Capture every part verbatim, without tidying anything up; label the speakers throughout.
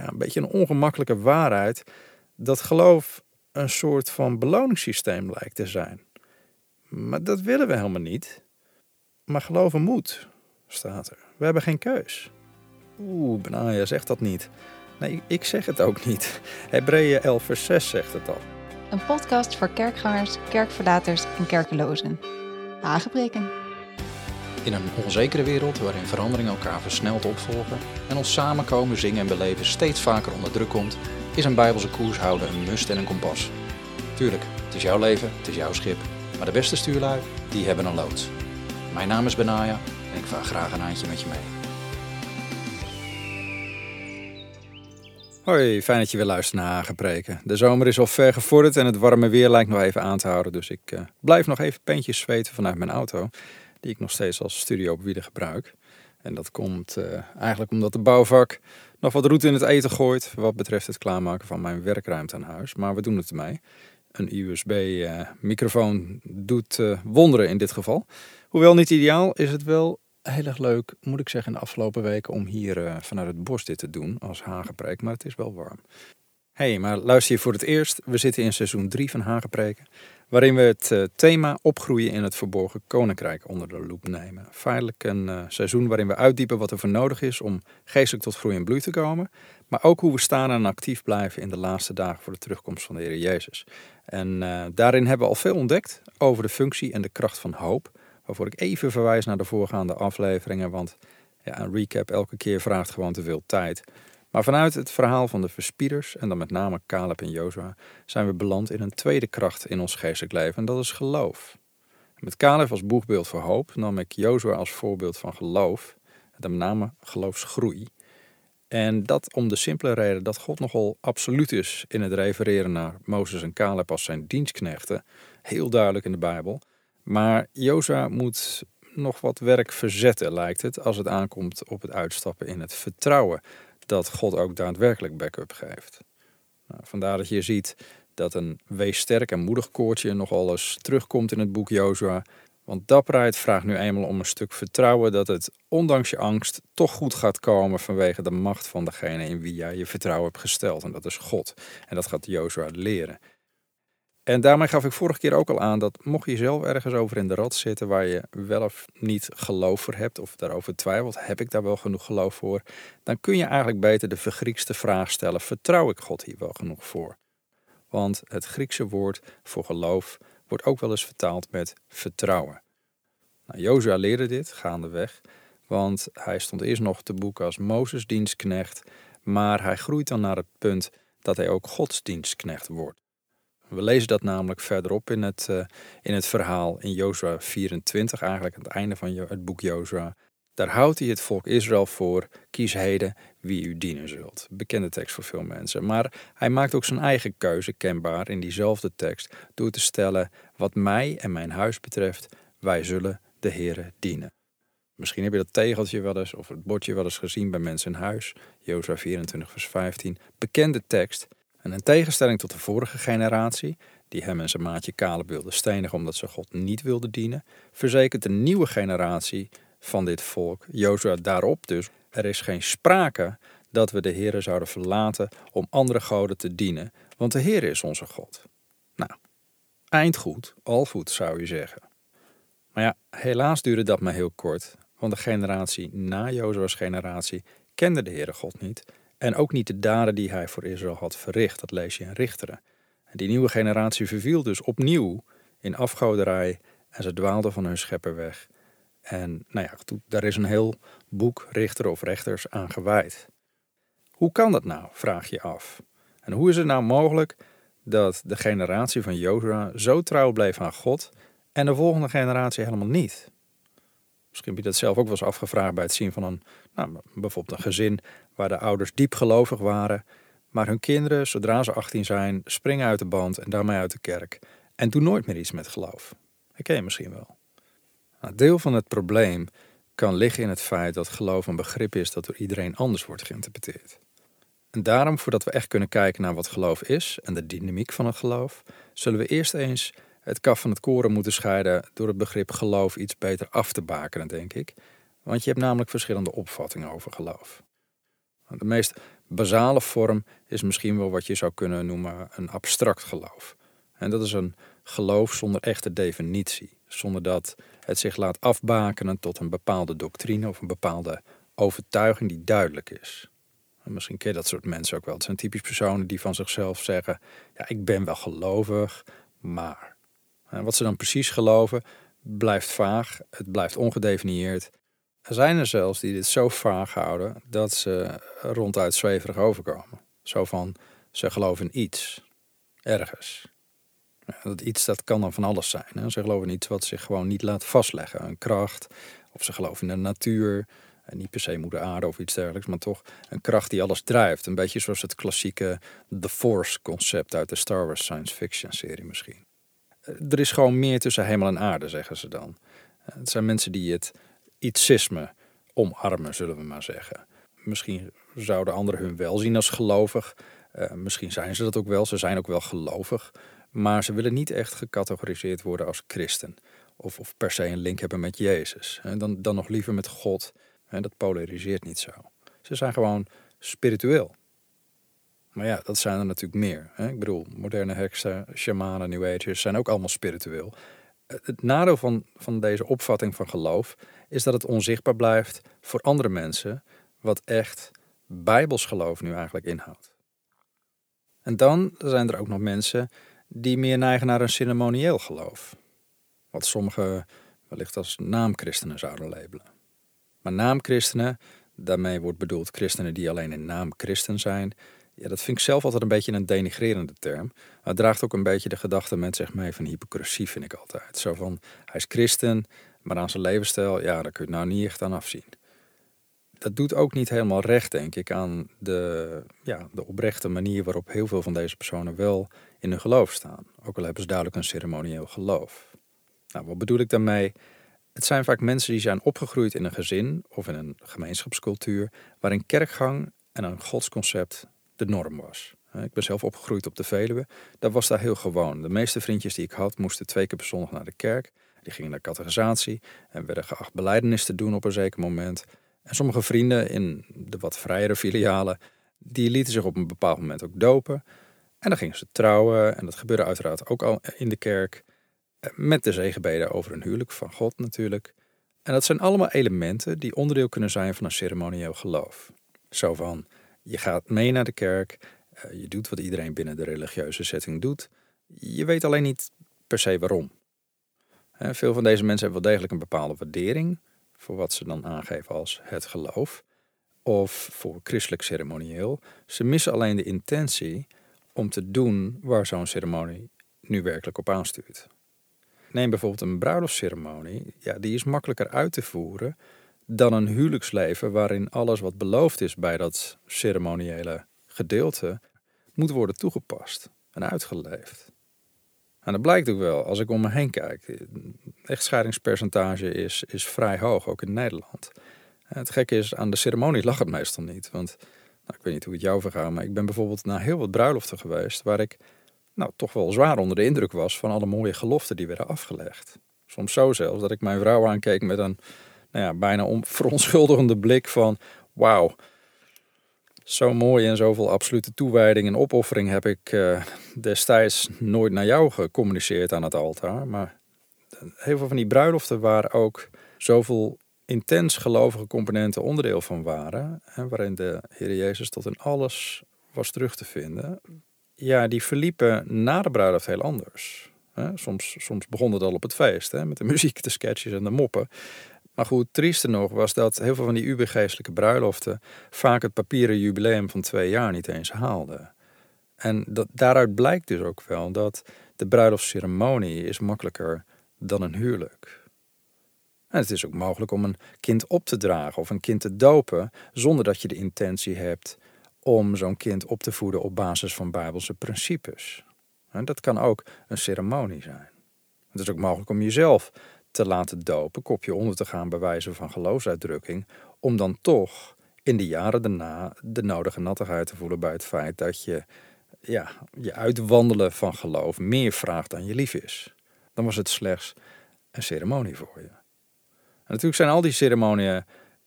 Speaker 1: ja, een beetje een ongemakkelijke waarheid dat geloof een soort van beloningssysteem lijkt te zijn. Maar dat willen we helemaal niet. Maar geloven moet, staat er. We hebben geen keus. Oeh, Benaja zegt dat niet. Nee, ik zeg het ook niet. Hebreeën elf vers zes zegt het al.
Speaker 2: Een podcast voor kerkgangers, kerkverlaters en kerkelozen. Hagepreken.
Speaker 3: In een onzekere wereld waarin veranderingen elkaar versneld opvolgen en ons samenkomen, zingen en beleven steeds vaker onder druk komt, is een bijbelse koers houden een must en een kompas. Tuurlijk, het is jouw leven, het is jouw schip, maar de beste stuurlui, die hebben een loods. Mijn naam is Benaja en ik vaar graag een handje met je mee.
Speaker 1: Hoi, fijn dat je weer luistert naar Hagepreken. De zomer is al ver gevorderd en het warme weer lijkt nog even aan te houden, dus ik uh, blijf nog even peentjes zweten vanuit mijn auto, die ik nog steeds als studio op wielen gebruik. En dat komt uh, eigenlijk omdat de bouwvak nog wat roet in het eten gooit wat betreft het klaarmaken van mijn werkruimte aan huis. Maar we doen het ermee. Een U S B-microfoon uh, doet uh, wonderen in dit geval. Hoewel niet ideaal, is het wel heel erg leuk, moet ik zeggen, in de afgelopen weken om hier uh, vanuit het bos dit te doen als Hagepreek. Maar het is wel warm. Hé, hey, maar luister je voor het eerst. We zitten in seizoen drie van Hagepreken, waarin we het uh, thema opgroeien in het verborgen koninkrijk onder de loep nemen. Feitelijk een uh, seizoen waarin we uitdiepen wat er voor nodig is om geestelijk tot groei en bloei te komen. Maar ook hoe we staan en actief blijven in de laatste dagen voor de terugkomst van de Heer Jezus. En uh, daarin hebben we al veel ontdekt over de functie en de kracht van hoop. Waarvoor ik even verwijs naar de voorgaande afleveringen, want ja, een recap elke keer vraagt gewoon te veel tijd. Maar vanuit het verhaal van de verspieders, en dan met name Caleb en Jozua, zijn we beland in een tweede kracht in ons geestelijk leven, en dat is geloof. Met Caleb als boegbeeld voor hoop nam ik Jozua als voorbeeld van geloof, en dan met name geloofsgroei. En dat om de simpele reden dat God nogal absoluut is in het refereren naar Mozes en Caleb als zijn dienstknechten, heel duidelijk in de Bijbel. Maar Jozua moet nog wat werk verzetten, lijkt het, als het aankomt op het uitstappen in het vertrouwen dat God ook daadwerkelijk backup geeft. Nou, vandaar dat je ziet dat een wees sterk en moedig koortje nogal eens terugkomt in het boek Jozua. Want dapperheid vraagt nu eenmaal om een stuk vertrouwen dat het, ondanks je angst, toch goed gaat komen vanwege de macht van degene in wie jij je vertrouwen hebt gesteld. En dat is God. En dat gaat Jozua leren. En daarmee gaf ik vorige keer ook al aan dat mocht je zelf ergens over in de rat zitten waar je wel of niet geloof voor hebt of daarover twijfelt, heb ik daar wel genoeg geloof voor, dan kun je eigenlijk beter de vergriekste vraag stellen, vertrouw ik God hier wel genoeg voor? Want het Griekse woord voor geloof wordt ook wel eens vertaald met vertrouwen. Nou, Jozua leerde dit gaandeweg, want hij stond eerst nog te boek als Mozes dienstknecht, maar hij groeit dan naar het punt dat hij ook Gods dienstknecht wordt. We lezen dat namelijk verderop in het, uh, in het verhaal in Jozua vierentwintig, eigenlijk aan het einde van het boek Jozua. Daar houdt hij het volk Israël voor, kies heden wie u dienen zult. Bekende tekst voor veel mensen. Maar hij maakt ook zijn eigen keuze kenbaar in diezelfde tekst door te stellen, wat mij en mijn huis betreft, wij zullen de Heere dienen. Misschien heb je dat tegeltje wel eens of het bordje wel eens gezien bij mensen in huis. Jozua vierentwintig vers vijftien, bekende tekst. En in tegenstelling tot de vorige generatie, die hem en zijn maatje Caleb wilde stenigen omdat ze God niet wilden dienen, verzekert de nieuwe generatie van dit volk, Jozua daarop dus, er is geen sprake dat we de Heere zouden verlaten om andere goden te dienen, want de Heere is onze God. Nou, eindgoed, al goed zou je zeggen. Maar ja, helaas duurde dat maar heel kort, want de generatie na Jozua's generatie kende de Heere God niet. En ook niet de daden die hij voor Israël had verricht. Dat lees je in Richteren. En die nieuwe generatie verviel dus opnieuw in afgoderij. En ze dwaalden van hun schepper weg. En nou ja, daar is een heel boek Richteren of Rechters aan gewijd. Hoe kan dat nou, vraag je af. En hoe is het nou mogelijk dat de generatie van Jozua zo trouw bleef aan God en de volgende generatie helemaal niet? Misschien heb je dat zelf ook wel eens afgevraagd bij het zien van een, nou, bijvoorbeeld een gezin waar de ouders diep gelovig waren, maar hun kinderen, zodra ze achttien zijn, springen uit de band en daarmee uit de kerk en doen nooit meer iets met geloof. Herken je misschien wel. Nou, deel van het probleem kan liggen in het feit dat geloof een begrip is dat door iedereen anders wordt geïnterpreteerd. En daarom, voordat we echt kunnen kijken naar wat geloof is en de dynamiek van het geloof, zullen we eerst eens het kaf van het koren moeten scheiden door het begrip geloof iets beter af te bakenen, denk ik. Want je hebt namelijk verschillende opvattingen over geloof. De meest basale vorm is misschien wel wat je zou kunnen noemen een abstract geloof. En dat is een geloof zonder echte definitie. Zonder dat het zich laat afbakenen tot een bepaalde doctrine of een bepaalde overtuiging die duidelijk is. En misschien ken je dat soort mensen ook wel. Het zijn typisch personen die van zichzelf zeggen, ja, ik ben wel gelovig, maar. En wat ze dan precies geloven blijft vaag, het blijft ongedefinieerd. Er zijn er zelfs die dit zo vaag houden dat ze ronduit zweverig overkomen. Zo van, ze geloven in iets, ergens. Ja, dat iets, dat kan dan van alles zijn. Hè? Ze geloven in iets wat zich gewoon niet laat vastleggen. Een kracht, of ze geloven in de natuur. En niet per se moeder aarde of iets dergelijks, maar toch een kracht die alles drijft. Een beetje zoals het klassieke The Force concept uit de Star Wars science fiction serie misschien. Er is gewoon meer tussen hemel en aarde, zeggen ze dan. Het zijn mensen die het ietsisme omarmen, zullen we maar zeggen. Misschien zouden anderen hun wel zien als gelovig. Uh, misschien zijn ze dat ook wel, ze zijn ook wel gelovig. Maar ze willen niet echt gecategoriseerd worden als christen. Of, of per se een link hebben met Jezus. En dan, dan nog liever met God. En dat polariseert niet zo. Ze zijn gewoon spiritueel. Maar ja, dat zijn er natuurlijk meer. Hè? Ik bedoel, moderne heksen, shamanen, new agers zijn ook allemaal spiritueel. Het nadeel van, van deze opvatting van geloof is dat het onzichtbaar blijft voor andere mensen wat echt bijbels geloof nu eigenlijk inhoudt. En dan zijn er ook nog mensen die meer neigen naar een ceremonieel geloof. Wat sommigen wellicht als naamchristenen zouden labelen. Maar naamchristenen, daarmee wordt bedoeld christenen die alleen in naam christen zijn. Ja, dat vind ik zelf altijd een beetje een denigrerende term. Maar het draagt ook een beetje de gedachte met zich mee van hypocrisie, vind ik altijd. Zo van, hij is christen, maar aan zijn levensstijl, ja, daar kun je het nou niet echt aan afzien. Dat doet ook niet helemaal recht, denk ik, aan de, ja, de oprechte manier waarop heel veel van deze personen wel in hun geloof staan. Ook al hebben ze duidelijk een ceremonieel geloof. Nou, wat bedoel ik daarmee? Het zijn vaak mensen die zijn opgegroeid in een gezin of in een gemeenschapscultuur waarin kerkgang en een godsconcept de norm was. Ik ben zelf opgegroeid op de Veluwe. Dat was daar heel gewoon. De meeste vriendjes die ik had moesten twee keer per zondag naar de kerk. Die gingen naar catechisatie en werden geacht belijdenis te doen op een zeker moment. En sommige vrienden in de wat vrijere filialen, die lieten zich op een bepaald moment ook dopen. En dan gingen ze trouwen en dat gebeurde uiteraard ook al in de kerk. Met de zegenbeden over een huwelijk van God natuurlijk. En dat zijn allemaal elementen die onderdeel kunnen zijn van een ceremonieel geloof. Zo van, je gaat mee naar de kerk, je doet wat iedereen binnen de religieuze setting doet. Je weet alleen niet per se waarom. Veel van deze mensen hebben wel degelijk een bepaalde waardering voor wat ze dan aangeven als het geloof. Of voor christelijk ceremonieel. Ze missen alleen de intentie om te doen waar zo'n ceremonie nu werkelijk op aanstuurt. Neem bijvoorbeeld een bruiloftsceremonie. Ja, die is makkelijker uit te voeren dan een huwelijksleven waarin alles wat beloofd is bij dat ceremoniële gedeelte moet worden toegepast en uitgeleefd. En dat blijkt ook wel als ik om me heen kijk. Het echtscheidingspercentage is, is vrij hoog, ook in Nederland. Het gekke is, aan de ceremonie lag het meestal niet. Want nou, ik weet niet hoe het jou vergaat, maar ik ben bijvoorbeeld naar heel wat bruiloften geweest waar ik nou, toch wel zwaar onder de indruk was van alle mooie geloften die werden afgelegd. Soms zo zelfs dat ik mijn vrouw aankeek met een nou ja, bijna on- verontschuldigende blik van wauw, zo mooi en zoveel absolute toewijding en opoffering heb ik uh, destijds nooit naar jou gecommuniceerd aan het altaar. Maar heel veel van die bruiloften waar ook zoveel intens gelovige componenten onderdeel van waren, en waarin de Heer Jezus tot in alles was terug te vinden, ja, die verliepen na de bruiloft heel anders. Soms, soms begon het al op het feest, hè, met de muziek, de sketches en de moppen. Maar goed, trieste nog was dat heel veel van die ubergeestelijke bruiloften vaak het papieren jubileum van twee jaar niet eens haalden. En dat, daaruit blijkt dus ook wel dat de bruiloftsceremonie is makkelijker dan een huwelijk. En het is ook mogelijk om een kind op te dragen of een kind te dopen zonder dat je de intentie hebt om zo'n kind op te voeden op basis van bijbelse principes. En dat kan ook een ceremonie zijn. Het is ook mogelijk om jezelf te laten dopen, kopje onder te gaan bij wijze van geloofsuitdrukking, om dan toch in de jaren daarna de nodige nattigheid te voelen bij het feit dat je ja, je uitwandelen van geloof meer vraagt dan je lief is. Dan was het slechts een ceremonie voor je. En natuurlijk zijn al die ceremonieën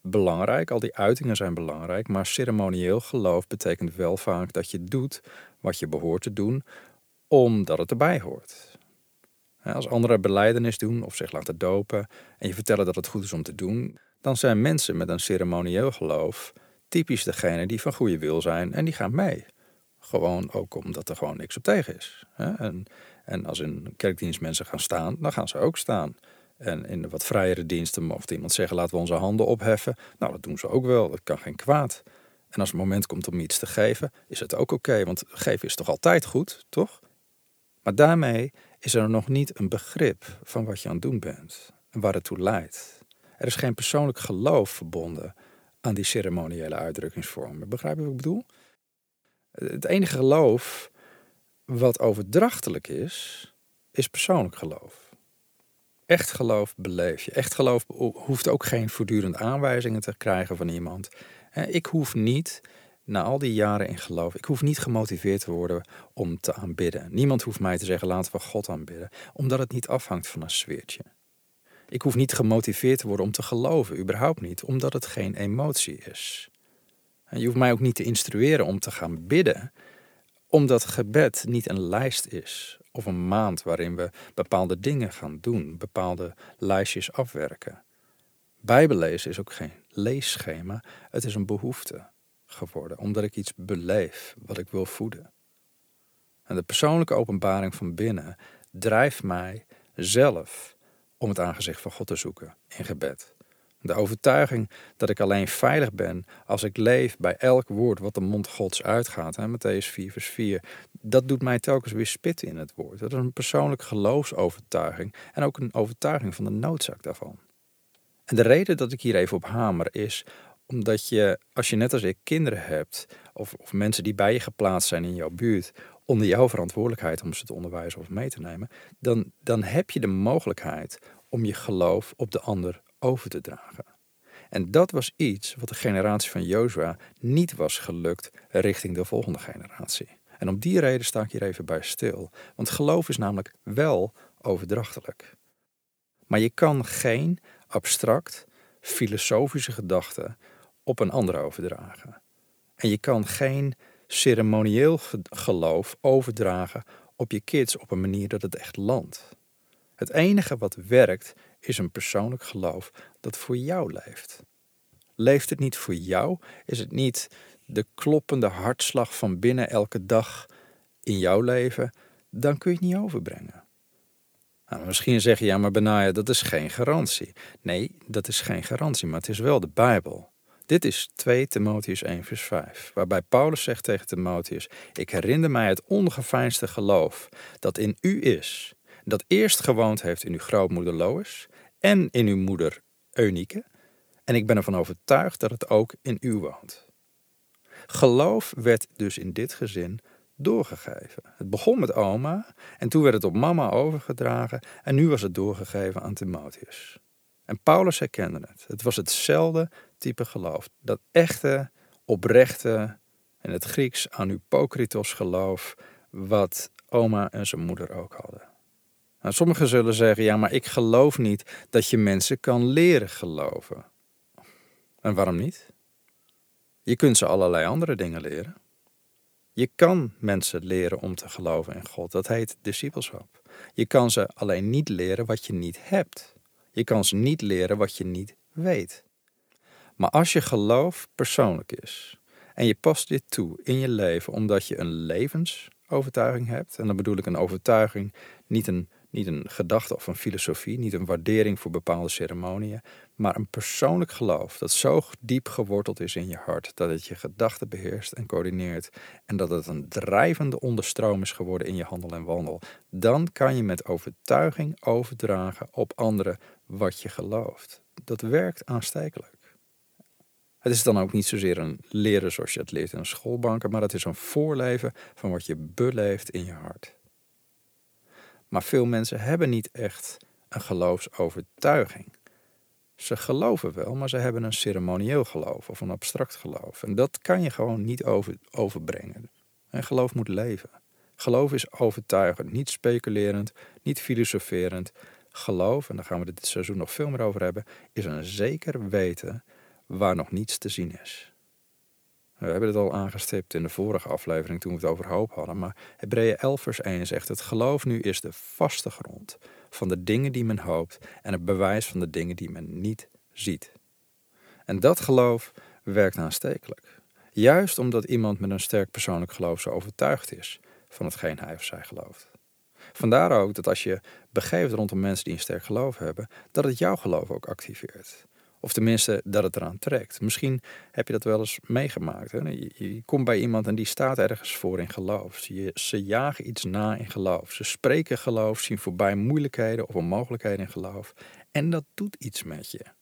Speaker 1: belangrijk, al die uitingen zijn belangrijk, maar ceremonieel geloof betekent wel vaak dat je doet wat je behoort te doen, omdat het erbij hoort. Als anderen belijdenis doen of zich laten dopen en je vertellen dat het goed is om te doen, dan zijn mensen met een ceremonieel geloof typisch degene die van goede wil zijn en die gaan mee. Gewoon ook omdat er gewoon niks op tegen is. En, en als in kerkdienst mensen gaan staan, dan gaan ze ook staan. En in de wat vrijere diensten mocht iemand zeggen, laten we onze handen opheffen. Nou, dat doen ze ook wel, dat kan geen kwaad. En als het moment komt om iets te geven, is het ook oké, want geven is toch altijd goed, toch? Maar daarmee is er nog niet een begrip van wat je aan het doen bent en waar het toe leidt. Er is geen persoonlijk geloof verbonden aan die ceremoniële uitdrukkingsvormen. Begrijp je wat ik bedoel? Het enige geloof wat overdrachtelijk is, is persoonlijk geloof. Echt geloof beleef je. Echt geloof hoeft ook geen voortdurend aanwijzingen te krijgen van iemand. Ik hoef niet, na al die jaren in geloof, ik hoef niet gemotiveerd te worden om te aanbidden. Niemand hoeft mij te zeggen, laten we God aanbidden. Omdat het niet afhangt van een sfeertje. Ik hoef niet gemotiveerd te worden om te geloven, überhaupt niet. Omdat het geen emotie is. En je hoeft mij ook niet te instrueren om te gaan bidden. Omdat gebed niet een lijst is. Of een maand waarin we bepaalde dingen gaan doen. Bepaalde lijstjes afwerken. Bijbellezen is ook geen leesschema. Het is een behoefte geworden. Omdat ik iets beleef wat ik wil voeden. En de persoonlijke openbaring van binnen drijft mij zelf om het aangezicht van God te zoeken in gebed. De overtuiging dat ik alleen veilig ben als ik leef bij elk woord wat de mond Gods uitgaat. Hè, Mattheüs vier vers vier. Dat doet mij telkens weer spitten in het woord. Dat is een persoonlijke geloofsovertuiging en ook een overtuiging van de noodzaak daarvan. En de reden dat ik hier even op hamer is omdat je, als je net als ik kinderen hebt of, of mensen die bij je geplaatst zijn in jouw buurt, onder jouw verantwoordelijkheid om ze te onderwijzen of mee te nemen, dan, dan heb je de mogelijkheid om je geloof op de ander over te dragen. En dat was iets wat de generatie van Jozua niet was gelukt richting de volgende generatie. En om die reden sta ik hier even bij stil. Want geloof is namelijk wel overdrachtelijk. Maar je kan geen abstract, filosofische gedachte op een ander overdragen. En je kan geen ceremonieel geloof overdragen op je kids op een manier dat het echt landt. Het enige wat werkt is een persoonlijk geloof dat voor jou leeft. Leeft het niet voor jou? Is het niet de kloppende hartslag van binnen elke dag in jouw leven? Dan kun je het niet overbrengen. Nou, misschien zeg je, ja maar Benaya, dat is geen garantie. Nee, dat is geen garantie, maar het is wel de Bijbel. Dit is twee Timotheüs één vers vijf, waarbij Paulus zegt tegen Timotheüs, ik herinner mij het ongeveinsde geloof dat in u is, dat eerst gewoond heeft in uw grootmoeder Lois en in uw moeder Eunike, en ik ben ervan overtuigd dat het ook in u woont. Geloof werd dus in dit gezin doorgegeven. Het begon met oma en toen werd het op mama overgedragen en nu was het doorgegeven aan Timotheüs. En Paulus herkende het. Het was hetzelfde type geloof. Dat echte, oprechte, in het Grieks anupokritos geloof, wat oma en zijn moeder ook hadden. Nou, sommigen zullen zeggen, ja, maar ik geloof niet dat je mensen kan leren geloven. En waarom niet? Je kunt ze allerlei andere dingen leren. Je kan mensen leren om te geloven in God. Dat heet discipelschap. Je kan ze alleen niet leren wat je niet hebt. Je kan ze niet leren wat je niet weet. Maar als je geloof persoonlijk is en je past dit toe in je leven omdat je een levensovertuiging hebt, en dan bedoel ik een overtuiging, niet een, niet een gedachte of een filosofie, niet een waardering voor bepaalde ceremonieën, maar een persoonlijk geloof dat zo diep geworteld is in je hart dat het je gedachten beheerst en coördineert en dat het een drijvende onderstroom is geworden in je handel en wandel, dan kan je met overtuiging overdragen op anderen wat je gelooft. Dat werkt aanstekelijk. Het is dan ook niet zozeer een leren zoals je het leert in een schoolbanken, maar het is een voorleven van wat je beleeft in je hart. Maar veel mensen hebben niet echt een geloofsovertuiging. Ze geloven wel, maar ze hebben een ceremonieel geloof of een abstract geloof. En dat kan je gewoon niet over, overbrengen. En geloof moet leven. Geloof is overtuigend, niet speculerend, niet filosoferend. Geloof, en daar gaan we dit seizoen nog veel meer over hebben, is een zeker weten waar nog niets te zien is. We hebben het al aangestipt in de vorige aflevering toen we het over hoop hadden, maar Hebreeën elf vers één zegt: het geloof nu is de vaste grond van de dingen die men hoopt en het bewijs van de dingen die men niet ziet. En dat geloof werkt aanstekelijk. Juist omdat iemand met een sterk persoonlijk geloof zo overtuigd is van hetgeen hij of zij gelooft. Vandaar ook dat als je begeeft rondom mensen die een sterk geloof hebben, dat het jouw geloof ook activeert. Of tenminste, dat het eraan trekt. Misschien heb je dat wel eens meegemaakt. Hè? Je, je komt bij iemand en die staat ergens voor in geloof. Ze, ze jagen iets na in geloof. Ze spreken geloof, zien voorbij moeilijkheden of onmogelijkheden in geloof. En dat doet iets met je.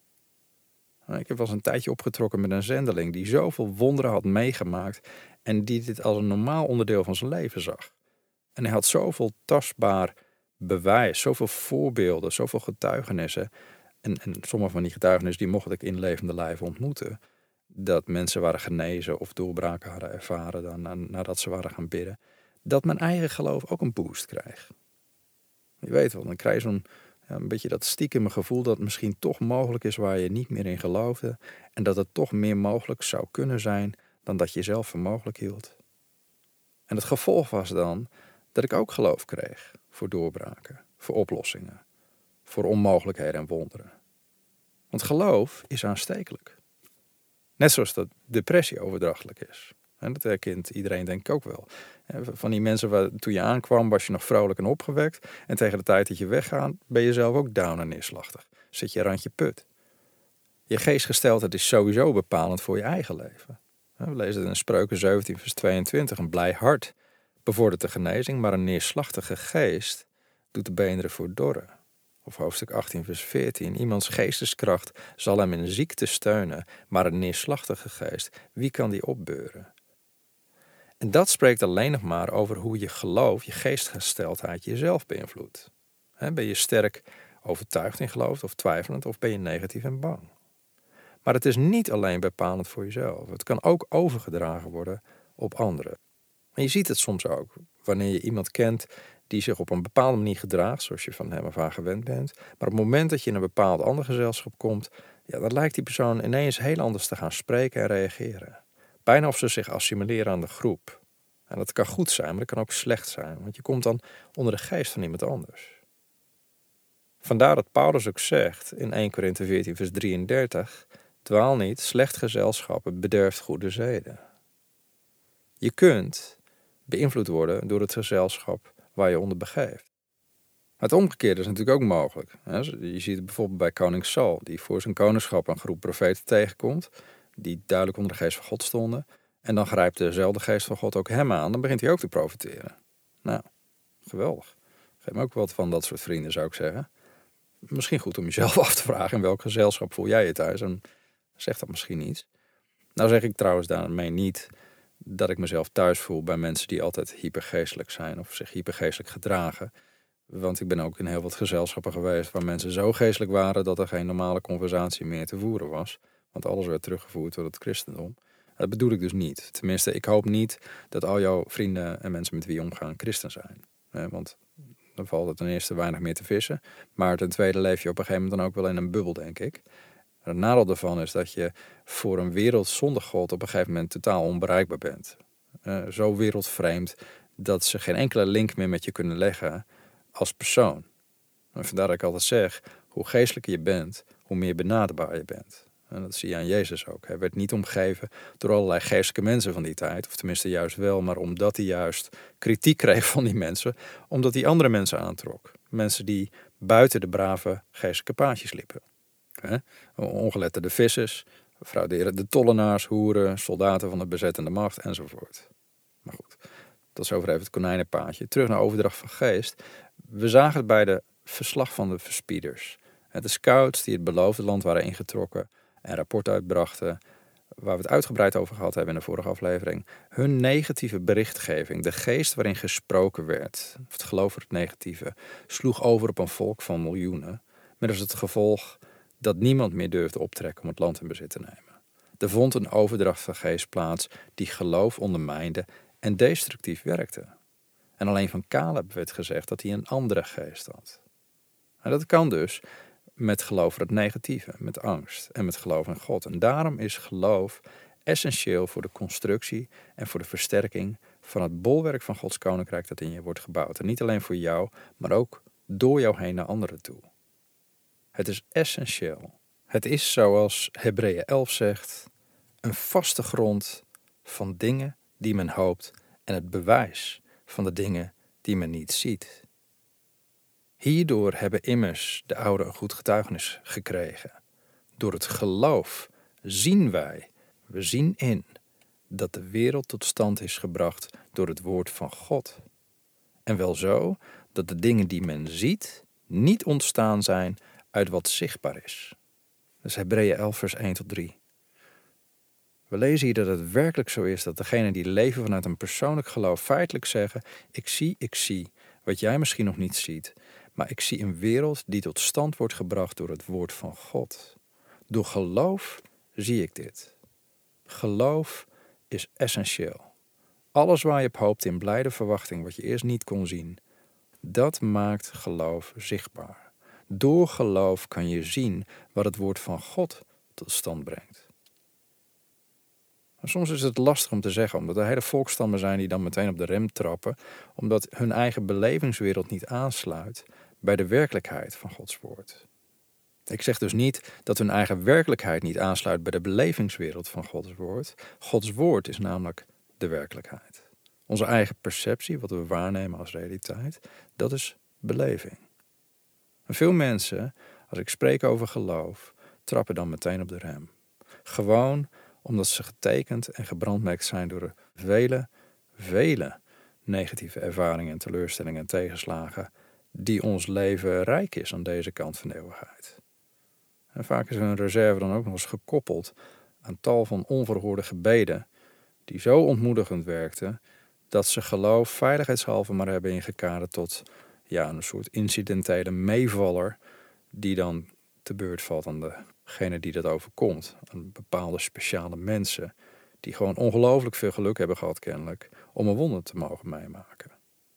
Speaker 1: Ik heb wel eens een tijdje opgetrokken met een zendeling die zoveel wonderen had meegemaakt en die dit als een normaal onderdeel van zijn leven zag. En hij had zoveel tastbaar bewijs, zoveel voorbeelden, zoveel getuigenissen. En, en sommige van die getuigenissen die mocht ik in levende lijven ontmoeten. Dat mensen waren genezen of doorbraken hadden ervaren dan, na, nadat ze waren gaan bidden. Dat mijn eigen geloof ook een boost krijgt. Je weet wel, dan krijg je zo'n ja, een beetje dat stiekeme gevoel dat het misschien toch mogelijk is waar je niet meer in geloofde. En dat het toch meer mogelijk zou kunnen zijn dan dat je zelf voor mogelijk hield. En het gevolg was dan dat ik ook geloof kreeg voor doorbraken, voor oplossingen, voor onmogelijkheden en wonderen. Want geloof is aanstekelijk. Net zoals dat depressie overdrachtelijk is. En dat herkent iedereen denk ik ook wel. Van die mensen waar toen je aankwam was je nog vrolijk en opgewekt. En tegen de tijd dat je weggaat ben je zelf ook down en neerslachtig. Zit je randje put. Je geestgesteldheid is sowieso bepalend voor je eigen leven. We lezen het in Spreuken zeventien vers tweeëntwintig. Een blij hart bevordert de genezing, maar een neerslachtige geest doet de beenderen verdorren. Of hoofdstuk achttien vers veertien. Iemands geesteskracht zal hem in ziekte steunen, maar een neerslachtige geest, wie kan die opbeuren? En dat spreekt alleen nog maar over hoe je geloof, je geestgesteldheid jezelf beïnvloedt. He, ben je sterk overtuigd in geloof of twijfelend of ben je negatief en bang? Maar het is niet alleen bepalend voor jezelf. Het kan ook overgedragen worden op anderen. En je ziet het soms ook wanneer je iemand kent die zich op een bepaalde manier gedraagt, zoals je van hem of haar gewend bent. Maar op het moment dat je in een bepaald ander gezelschap komt, ja, dan lijkt die persoon ineens heel anders te gaan spreken en reageren. Bijna of ze zich assimileren aan de groep. En dat kan goed zijn, maar dat kan ook slecht zijn, want je komt dan onder de geest van iemand anders. Vandaar dat Paulus ook zegt in eerste Korinthe veertien vers drieëndertig, dwaal niet, slecht gezelschap bederft goede zeden. Je kunt beïnvloed worden door het gezelschap waar je onder begeeft. Het omgekeerde is natuurlijk ook mogelijk. Je ziet het bijvoorbeeld bij koning Saul, die voor zijn koningschap een groep profeten tegenkomt, die duidelijk onder de geest van God stonden. En dan grijpt dezelfde geest van God ook hem aan. Dan begint hij ook te profeteren. Nou, geweldig. Geef me ook wat van dat soort vrienden, zou ik zeggen. Misschien goed om jezelf af te vragen in welk gezelschap voel jij je thuis. En zeg dat misschien iets. Nou zeg ik trouwens daarmee niet dat ik mezelf thuis voel bij mensen die altijd hypergeestelijk zijn of zich hypergeestelijk gedragen. Want ik ben ook in heel wat gezelschappen geweest waar mensen zo geestelijk waren dat er geen normale conversatie meer te voeren was. Want alles werd teruggevoerd door het christendom. Dat bedoel ik dus niet. Tenminste, ik hoop niet dat al jouw vrienden en mensen met wie je omgaan christen zijn. Want dan valt het ten eerste weinig meer te vissen. Maar ten tweede leef je op een gegeven moment dan ook wel in een bubbel, denk ik. Het nadeel daarvan is dat je voor een wereld zonder God op een gegeven moment totaal onbereikbaar bent. Uh, zo wereldvreemd dat ze geen enkele link meer met je kunnen leggen als persoon. En vandaar dat ik altijd zeg, hoe geestelijker je bent, hoe meer benaderbaar je bent. En dat zie je aan Jezus ook. Hij werd niet omgeven door allerlei geestelijke mensen van die tijd. Of tenminste juist wel, maar omdat hij juist kritiek kreeg van die mensen. Omdat hij andere mensen aantrok. Mensen die buiten de brave geestelijke paadjes liepen. He? Ongeletterde vissers, frauderende tollenaars, hoeren, soldaten van de bezettende macht enzovoort. Maar goed, tot zover even het konijnenpaadje. Terug naar overdracht van geest. We zagen het bij de verslag van de verspieders. De scouts die het beloofde land waren ingetrokken en rapport uitbrachten, waar we het uitgebreid over gehad hebben in de vorige aflevering. Hun negatieve berichtgeving, de geest waarin gesproken werd, of het geloof voor het negatieve, sloeg over op een volk van miljoenen. Met als het gevolg dat niemand meer durfde optrekken om het land in bezit te nemen. Er vond een overdracht van geest plaats die geloof ondermijnde en destructief werkte. En alleen van Caleb werd gezegd dat hij een andere geest had. En dat kan dus met geloof voor het negatieve, met angst en met geloof in God. En daarom is geloof essentieel voor de constructie en voor de versterking van het bolwerk van Gods koninkrijk dat in je wordt gebouwd. En niet alleen voor jou, maar ook door jou heen naar anderen toe. Het is essentieel. Het is, zoals Hebreeën elf zegt, een vaste grond van dingen die men hoopt en het bewijs van de dingen die men niet ziet. Hierdoor hebben immers de ouden een goed getuigenis gekregen. Door het geloof zien wij, we zien in, dat de wereld tot stand is gebracht door het woord van God. En wel zo dat de dingen die men ziet niet ontstaan zijn uit wat zichtbaar is. Dat is Hebreeën elf vers één tot drie. We lezen hier dat het werkelijk zo is dat degenen die leven vanuit een persoonlijk geloof feitelijk zeggen: ik zie, ik zie, wat jij misschien nog niet ziet, maar ik zie een wereld die tot stand wordt gebracht door het woord van God. Door geloof zie ik dit. Geloof is essentieel. Alles waar je op hoopt in blijde verwachting, wat je eerst niet kon zien, dat maakt geloof zichtbaar. Door geloof kan je zien wat het woord van God tot stand brengt. Maar soms is het lastig om te zeggen, omdat er hele volksstammen zijn die dan meteen op de rem trappen, omdat hun eigen belevingswereld niet aansluit bij de werkelijkheid van Gods woord. Ik zeg dus niet dat hun eigen werkelijkheid niet aansluit bij de belevingswereld van Gods woord. Gods woord is namelijk de werkelijkheid. Onze eigen perceptie, wat we waarnemen als realiteit, dat is beleving. En veel mensen, als ik spreek over geloof, trappen dan meteen op de rem. Gewoon omdat ze getekend en gebrandmerkt zijn door de vele, vele negatieve ervaringen en teleurstellingen en tegenslagen die ons leven rijk is aan deze kant van de eeuwigheid. En vaak is hun reserve dan ook nog eens gekoppeld aan tal van onverhoorde gebeden die zo ontmoedigend werkten dat ze geloof veiligheidshalve maar hebben ingekaderd tot ja, een soort incidentele meevaller die dan te beurt valt aan degene die dat overkomt. Aan bepaalde speciale mensen die gewoon ongelooflijk veel geluk hebben gehad kennelijk om een wonder te mogen meemaken.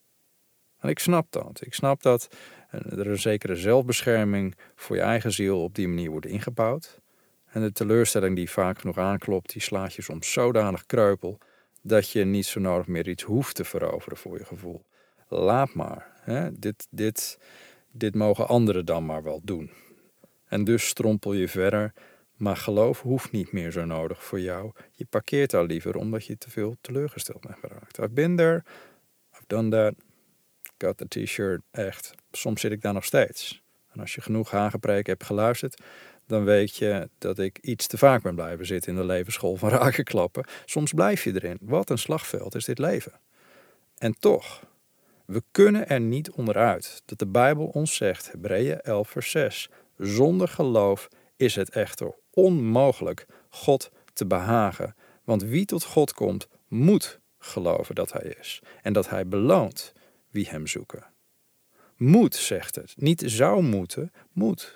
Speaker 1: En ik snap dat. Ik snap dat er een zekere zelfbescherming voor je eigen ziel op die manier wordt ingebouwd. En de teleurstelling die vaak genoeg aanklopt, die slaat je soms zodanig kreupel dat je niet zo nodig meer iets hoeft te veroveren voor je gevoel. Laat maar. Hè? Dit, dit, dit mogen anderen dan maar wel doen. En dus strompel je verder, maar geloof hoeft niet meer zo nodig voor jou. Je parkeert daar liever omdat je te veel teleurgesteld bent geraakt. I've been there, I've done that, got the t-shirt, echt. Soms zit ik daar nog steeds. En als je genoeg hagepreken hebt geluisterd, dan weet je dat ik iets te vaak ben blijven zitten in de levensschool van rakenklappen. Soms blijf je erin. Wat een slagveld is dit leven. En toch, we kunnen er niet onderuit dat de Bijbel ons zegt, Hebreeën elf vers zes, zonder geloof is het echter onmogelijk God te behagen. Want wie tot God komt, moet geloven dat hij is. En dat hij beloont wie hem zoeken. Moet, zegt het. Niet zou moeten, moet.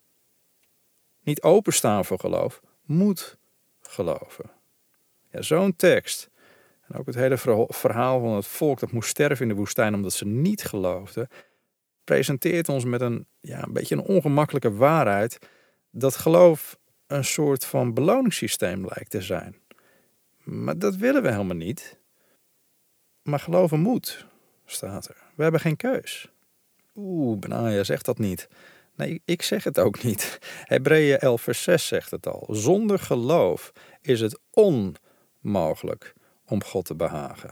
Speaker 1: Niet openstaan voor geloof, moet geloven. Ja, zo'n tekst. En ook het hele verhaal van het volk dat moest sterven in de woestijn omdat ze niet geloofden, presenteert ons met een, ja, een beetje een ongemakkelijke waarheid dat geloof een soort van beloningssysteem lijkt te zijn. Maar dat willen we helemaal niet. Maar geloven moet, staat er. We hebben geen keus. Oeh, Benaja zegt dat niet. Nee, ik zeg het ook niet. Hebreeën elf vers zes zegt het al. Zonder geloof is het onmogelijk om God te behagen.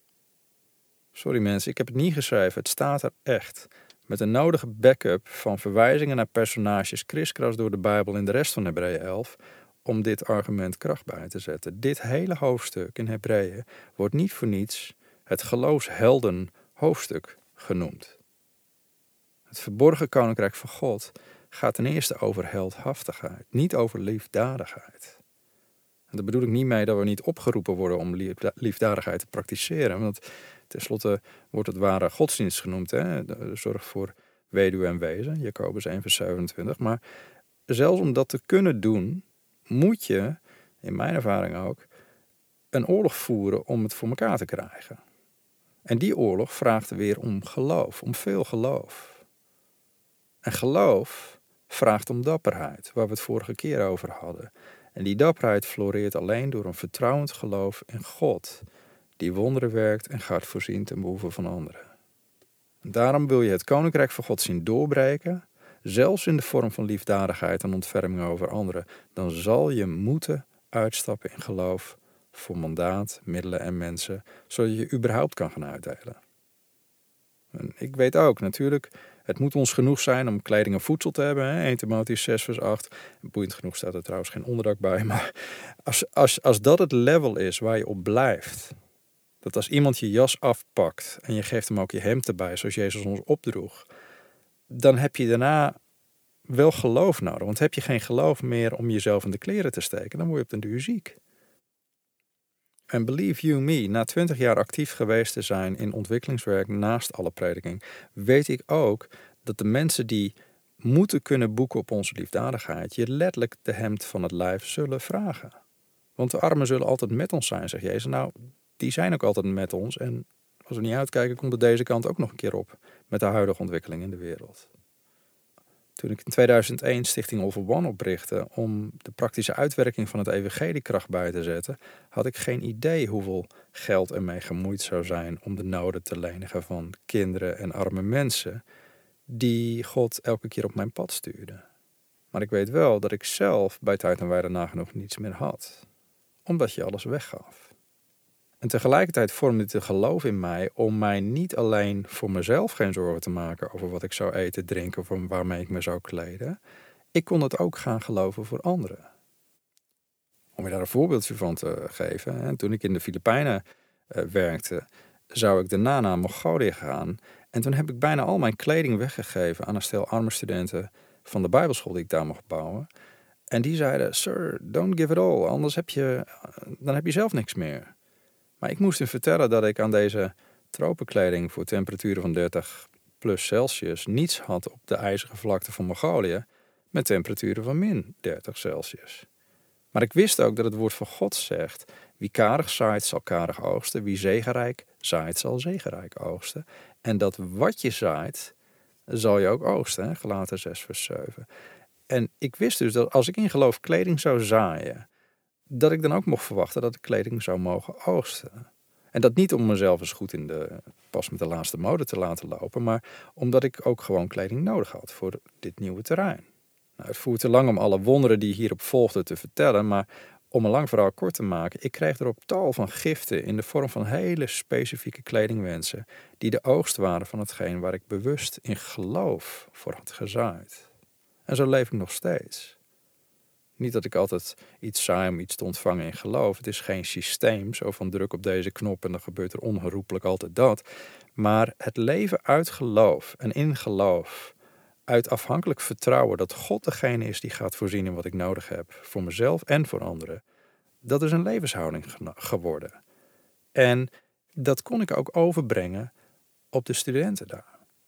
Speaker 1: Sorry mensen, ik heb het niet geschreven. Het staat er echt. Met een nodige backup van verwijzingen naar personages kriskras door de Bijbel in de rest van Hebreeën elf om dit argument kracht bij te zetten. Dit hele hoofdstuk in Hebreeën wordt niet voor niets het geloofshelden hoofdstuk genoemd. Het verborgen koninkrijk van God gaat ten eerste over heldhaftigheid, niet over liefdadigheid. En daar bedoel ik niet mee dat we niet opgeroepen worden om liefdadigheid te praktiseren. Want tenslotte wordt het ware godsdienst genoemd. Hè? Zorg voor weduwe en wezen, Jacobus één vers zevenentwintig. Maar zelfs om dat te kunnen doen, moet je, in mijn ervaring ook, een oorlog voeren om het voor elkaar te krijgen. En die oorlog vraagt weer om geloof, om veel geloof. En geloof vraagt om dapperheid, waar we het vorige keer over hadden. En die dapperheid floreert alleen door een vertrouwend geloof in God, die wonderen werkt en gaat voorzien ten behoeve van anderen. Daarom wil je het koninkrijk van God zien doorbreken, zelfs in de vorm van liefdadigheid en ontferming over anderen, dan zal je moeten uitstappen in geloof voor mandaat, middelen en mensen, zodat je überhaupt kan gaan uitdelen. En ik weet ook natuurlijk, het moet ons genoeg zijn om kleding en voedsel te hebben. Hè? eerste Timotheüs zes vers acht. Boeiend genoeg staat er trouwens geen onderdak bij. Maar als, als, als dat het level is waar je op blijft, dat als iemand je jas afpakt en je geeft hem ook je hemd erbij, zoals Jezus ons opdroeg, dan heb je daarna wel geloof nodig. Want heb je geen geloof meer om jezelf in de kleren te steken, dan word je op den duur ziek. En believe you me, na twintig jaar actief geweest te zijn in ontwikkelingswerk naast alle prediking, weet ik ook dat de mensen die moeten kunnen boeken op onze liefdadigheid, je letterlijk de hemd van het lijf zullen vragen. Want de armen zullen altijd met ons zijn, zegt Jezus. Nou, die zijn ook altijd met ons. En als we niet uitkijken, komt er deze kant ook nog een keer op met de huidige ontwikkeling in de wereld. Toen ik in tweeduizend één Stichting All for One oprichtte om de praktische uitwerking van het evangelie kracht bij te zetten, had ik geen idee hoeveel geld ermee gemoeid zou zijn om de noden te lenigen van kinderen en arme mensen die God elke keer op mijn pad stuurde. Maar ik weet wel dat ik zelf bij tijd en wijle nagenoeg niets meer had, omdat je alles weggaf. En tegelijkertijd vormde dit een geloof in mij om mij niet alleen voor mezelf geen zorgen te maken over wat ik zou eten, drinken of waarmee ik me zou kleden. Ik kon het ook gaan geloven voor anderen. Om je daar een voorbeeldje van te geven. Hè, toen ik in de Filipijnen uh, werkte, zou ik daarna naar Mongolië gaan. En toen heb ik bijna al mijn kleding weggegeven aan een stel arme studenten van de Bijbelschool die ik daar mocht bouwen. En die zeiden, sir, don't give it all, anders heb je, dan heb je zelf niks meer. Maar ik moest hem vertellen dat ik aan deze tropenkleding voor temperaturen van dertig plus Celsius niets had op de ijzige vlakte van Mongolië met temperaturen van min dertig Celsius. Maar ik wist ook dat het woord van God zegt, wie karig zaait zal karig oogsten, wie zegenrijk zaait zal zegenrijk oogsten. En dat wat je zaait zal je ook oogsten, hè? Galaten zes vers zeven. En ik wist dus dat als ik in geloof kleding zou zaaien, dat ik dan ook mocht verwachten dat ik kleding zou mogen oogsten. En dat niet om mezelf eens goed in de pas met de laatste mode te laten lopen, maar omdat ik ook gewoon kleding nodig had voor dit nieuwe terrein. Nou, het voert te lang om alle wonderen die hierop volgden te vertellen, maar om een lang verhaal kort te maken, ik kreeg erop tal van giften in de vorm van hele specifieke kledingwensen, die de oogst waren van hetgeen waar ik bewust in geloof voor had gezaaid. En zo leef ik nog steeds. Niet dat ik altijd iets saai om iets te ontvangen in geloof. Het is geen systeem, zo van druk op deze knop en dan gebeurt er onherroepelijk altijd dat. Maar het leven uit geloof en in geloof, uit afhankelijk vertrouwen dat God degene is die gaat voorzien in wat ik nodig heb, voor mezelf en voor anderen, dat is een levenshouding geworden. En dat kon ik ook overbrengen op de studenten daar.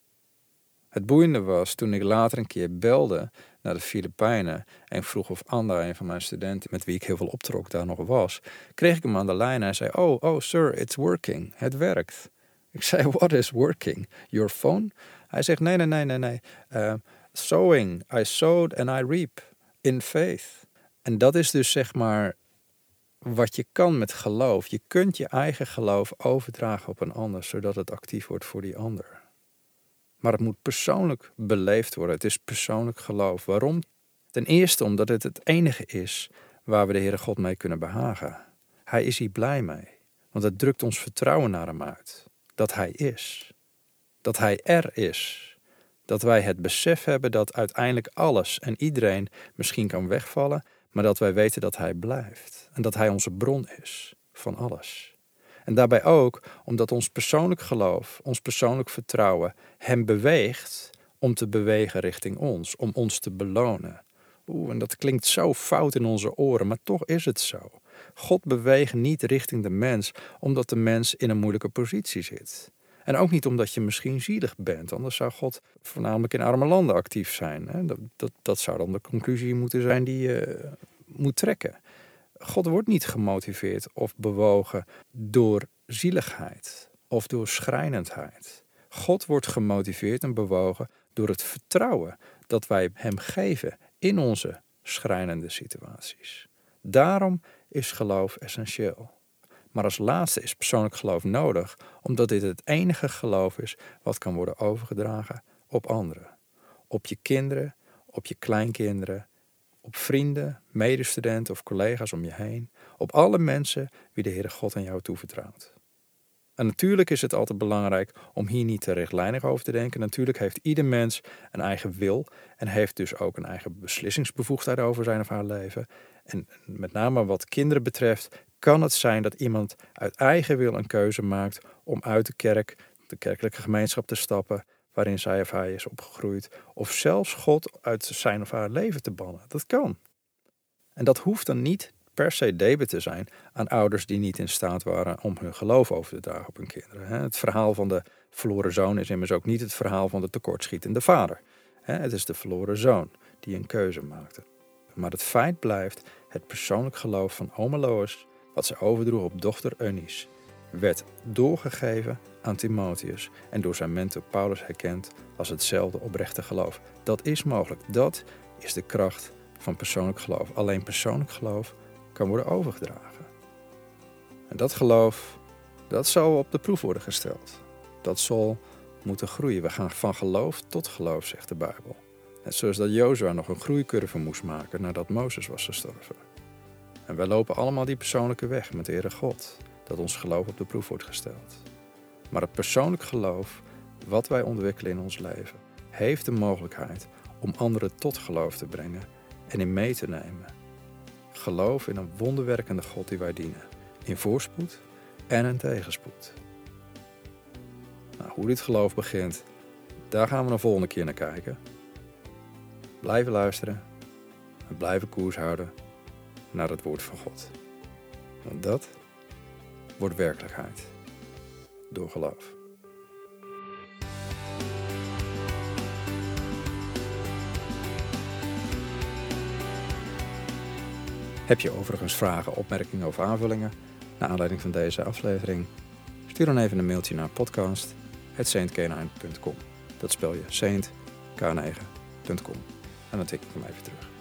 Speaker 1: Het boeiende was toen ik later een keer belde naar de Filipijnen en vroeg of Anda, een van mijn studenten met wie ik heel veel optrok, daar nog was, kreeg ik hem aan de lijn en hij zei, oh, oh sir, it's working. Het werkt. Ik zei, what is working? Your phone? Hij zegt, nee, nee, nee, nee, nee. Uh, sowing, I sowed and I reap in faith. En dat is dus zeg maar wat je kan met geloof. Je kunt je eigen geloof overdragen op een ander, zodat het actief wordt voor die ander. Maar het moet persoonlijk beleefd worden. Het is persoonlijk geloof. Waarom? Ten eerste omdat het het enige is waar we de Heere God mee kunnen behagen. Hij is hier blij mee. Want het drukt ons vertrouwen naar hem uit. Dat hij is. Dat hij er is. Dat wij het besef hebben dat uiteindelijk alles en iedereen misschien kan wegvallen, maar dat wij weten dat hij blijft. En dat hij onze bron is van alles. En daarbij ook omdat ons persoonlijk geloof, ons persoonlijk vertrouwen hem beweegt om te bewegen richting ons, om ons te belonen. Oeh, en dat klinkt zo fout in onze oren, maar toch is het zo. God beweegt niet richting de mens omdat de mens in een moeilijke positie zit. En ook niet omdat je misschien zielig bent, anders zou God voornamelijk in arme landen actief zijn. Hè? Dat, dat, dat zou dan de conclusie moeten zijn die je uh, moet trekken. God wordt niet gemotiveerd of bewogen door zieligheid of door schrijnendheid. God wordt gemotiveerd en bewogen door het vertrouwen dat wij hem geven in onze schrijnende situaties. Daarom is geloof essentieel. Maar als laatste is persoonlijk geloof nodig, omdat dit het enige geloof is wat kan worden overgedragen op anderen. Op je kinderen, op je kleinkinderen, op vrienden, medestudenten of collega's om je heen. Op alle mensen wie de Heere God aan jou toevertrouwt. En natuurlijk is het altijd belangrijk om hier niet te rechtlijnig over te denken. Natuurlijk heeft ieder mens een eigen wil en heeft dus ook een eigen beslissingsbevoegdheid over zijn of haar leven. En met name wat kinderen betreft kan het zijn dat iemand uit eigen wil een keuze maakt om uit de kerk, de kerkelijke gemeenschap te stappen waarin zij of hij is opgegroeid. Of zelfs God uit zijn of haar leven te bannen. Dat kan. En dat hoeft dan niet per se debet te zijn aan ouders die niet in staat waren om hun geloof over te dragen op hun kinderen. Het verhaal van de verloren zoon is immers ook niet het verhaal van de tekortschietende vader. Het is de verloren zoon die een keuze maakte. Maar het feit blijft, het persoonlijk geloof van oma Lois, wat ze overdroeg op dochter Eunice, werd doorgegeven aan Timotheus en door zijn mentor Paulus herkend als hetzelfde oprechte geloof. Dat is mogelijk. Dat is de kracht van persoonlijk geloof. Alleen persoonlijk geloof kan worden overgedragen. En dat geloof, dat zal op de proef worden gesteld. Dat zal moeten groeien. We gaan van geloof tot geloof, zegt de Bijbel. Net zoals dat Jozua nog een groeicurve moest maken nadat Mozes was gestorven. En wij lopen allemaal die persoonlijke weg met de Heere God, dat ons geloof op de proef wordt gesteld. Maar het persoonlijk geloof, wat wij ontwikkelen in ons leven, heeft de mogelijkheid om anderen tot geloof te brengen en in mee te nemen. Geloof in een wonderwerkende God die wij dienen, in voorspoed en in tegenspoed. Nou, hoe dit geloof begint, daar gaan we een volgende keer naar kijken. Blijven luisteren en blijven koers houden naar het woord van God. Want dat wordt werkelijkheid door geloof. Heb je overigens vragen, opmerkingen of aanvullingen naar aanleiding van deze aflevering? Stuur dan even een mailtje naar podcast at saint k nine punt com. Dat spel je saint k negen punt com. En dan tik ik hem even terug.